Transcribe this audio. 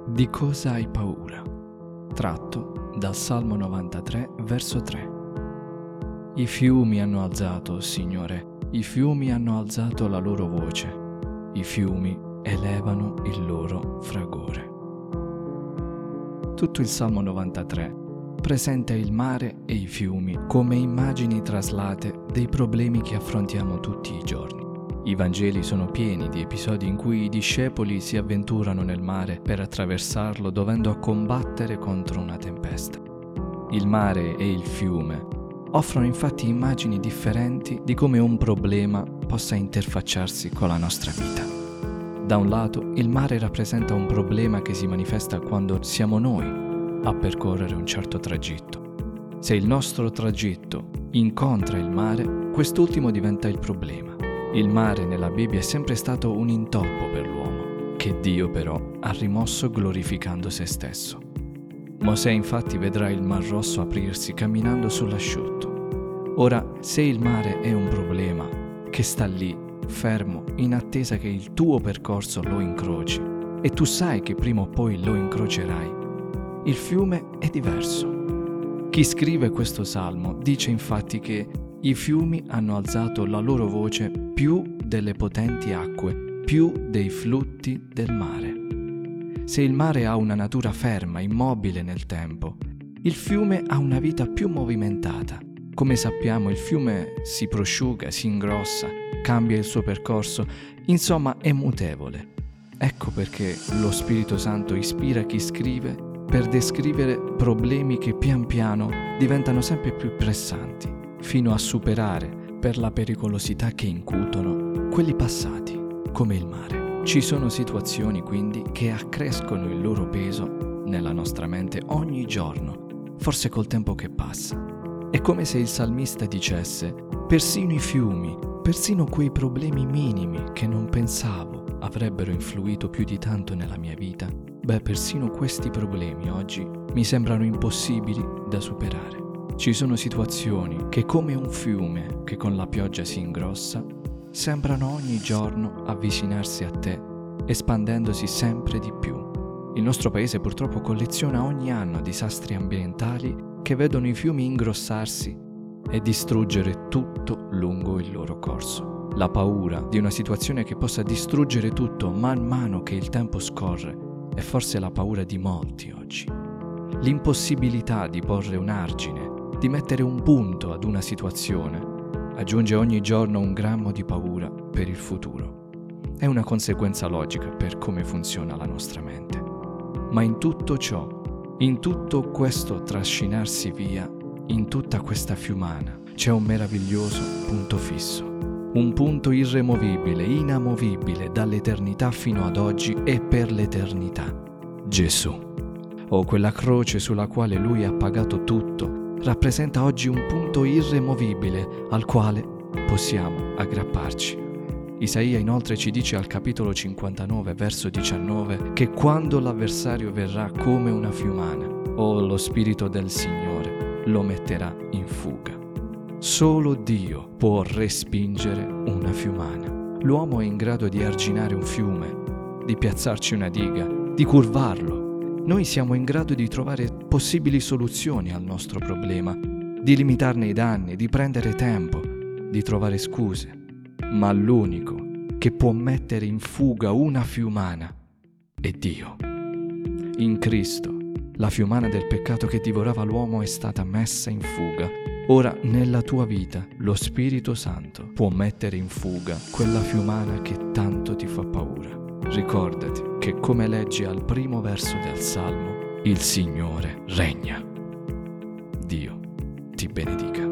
Di cosa hai paura? Tratto dal Salmo 93, verso 3. I fiumi hanno alzato, Signore, i fiumi hanno alzato la loro voce, i fiumi elevano il loro fragore. Tutto il Salmo 93 presenta il mare e i fiumi come immagini traslate dei problemi che affrontiamo tutti i giorni. I Vangeli sono pieni di episodi in cui i discepoli si avventurano nel mare per attraversarlo dovendo combattere contro una tempesta. Il mare e il fiume offrono infatti immagini differenti di come un problema possa interfacciarsi con la nostra vita. Da un lato, il mare rappresenta un problema che si manifesta quando siamo noi a percorrere un certo tragitto. Se il nostro tragitto incontra il mare, quest'ultimo diventa il problema. Il mare nella Bibbia è sempre stato un intoppo per l'uomo, che Dio però ha rimosso glorificando se stesso. Mosè infatti vedrà il Mar Rosso aprirsi camminando sull'asciutto. Ora, se il mare è un problema che sta lì, fermo, in attesa che il tuo percorso lo incroci, e tu sai che prima o poi lo incrocerai, il fiume è diverso. Chi scrive questo salmo dice infatti che i fiumi hanno alzato la loro voce più delle potenti acque, più dei flutti del mare. Se il mare ha una natura ferma, immobile nel tempo, il fiume ha una vita più movimentata. Come sappiamo, il fiume si prosciuga, si ingrossa, cambia il suo percorso, insomma è mutevole. Ecco perché lo Spirito Santo ispira chi scrive per descrivere problemi che pian piano diventano sempre più pressanti, fino a superare, per la pericolosità che incutono, quelli passati, come il mare. Ci sono situazioni quindi che accrescono il loro peso nella nostra mente ogni giorno, forse col tempo che passa. È come se il salmista dicesse: persino i fiumi, persino quei problemi minimi che non pensavo avrebbero influito più di tanto nella mia vita, persino questi problemi oggi mi sembrano impossibili da superare. Ci sono situazioni che, come un fiume che con la pioggia si ingrossa, sembrano ogni giorno avvicinarsi a te, espandendosi sempre di più. Il nostro paese purtroppo colleziona ogni anno disastri ambientali che vedono i fiumi ingrossarsi e distruggere tutto lungo il loro corso. La paura di una situazione che possa distruggere tutto man mano che il tempo scorre è forse la paura di molti oggi. L'impossibilità di porre un argine, di mettere un punto ad una situazione, aggiunge ogni giorno un grammo di paura per il futuro. È una conseguenza logica per come funziona la nostra mente. Ma in tutto ciò, in tutto questo trascinarsi via, in tutta questa fiumana, c'è un meraviglioso punto fisso. Un punto irremovibile, inamovibile dall'eternità fino ad oggi e per l'eternità. Gesù. Quella croce sulla quale Lui ha pagato tutto, rappresenta oggi un punto irremovibile al quale possiamo aggrapparci. Isaia inoltre ci dice al capitolo 59, verso 19, che quando l'avversario verrà come una fiumana, lo Spirito del Signore lo metterà in fuga. Solo Dio può respingere una fiumana. L'uomo è in grado di arginare un fiume, di piazzarci una diga, di curvarlo. Noi siamo in grado di trovare possibili soluzioni al nostro problema, di limitarne i danni, di prendere tempo, di trovare scuse. Ma l'unico che può mettere in fuga una fiumana è Dio. In Cristo, la fiumana del peccato che divorava l'uomo è stata messa in fuga. Ora, nella tua vita, lo Spirito Santo può mettere in fuga quella fiumana che tanto ti fa paura. Ricordati che, come leggi al primo verso del Salmo, il Signore regna. Dio ti benedica.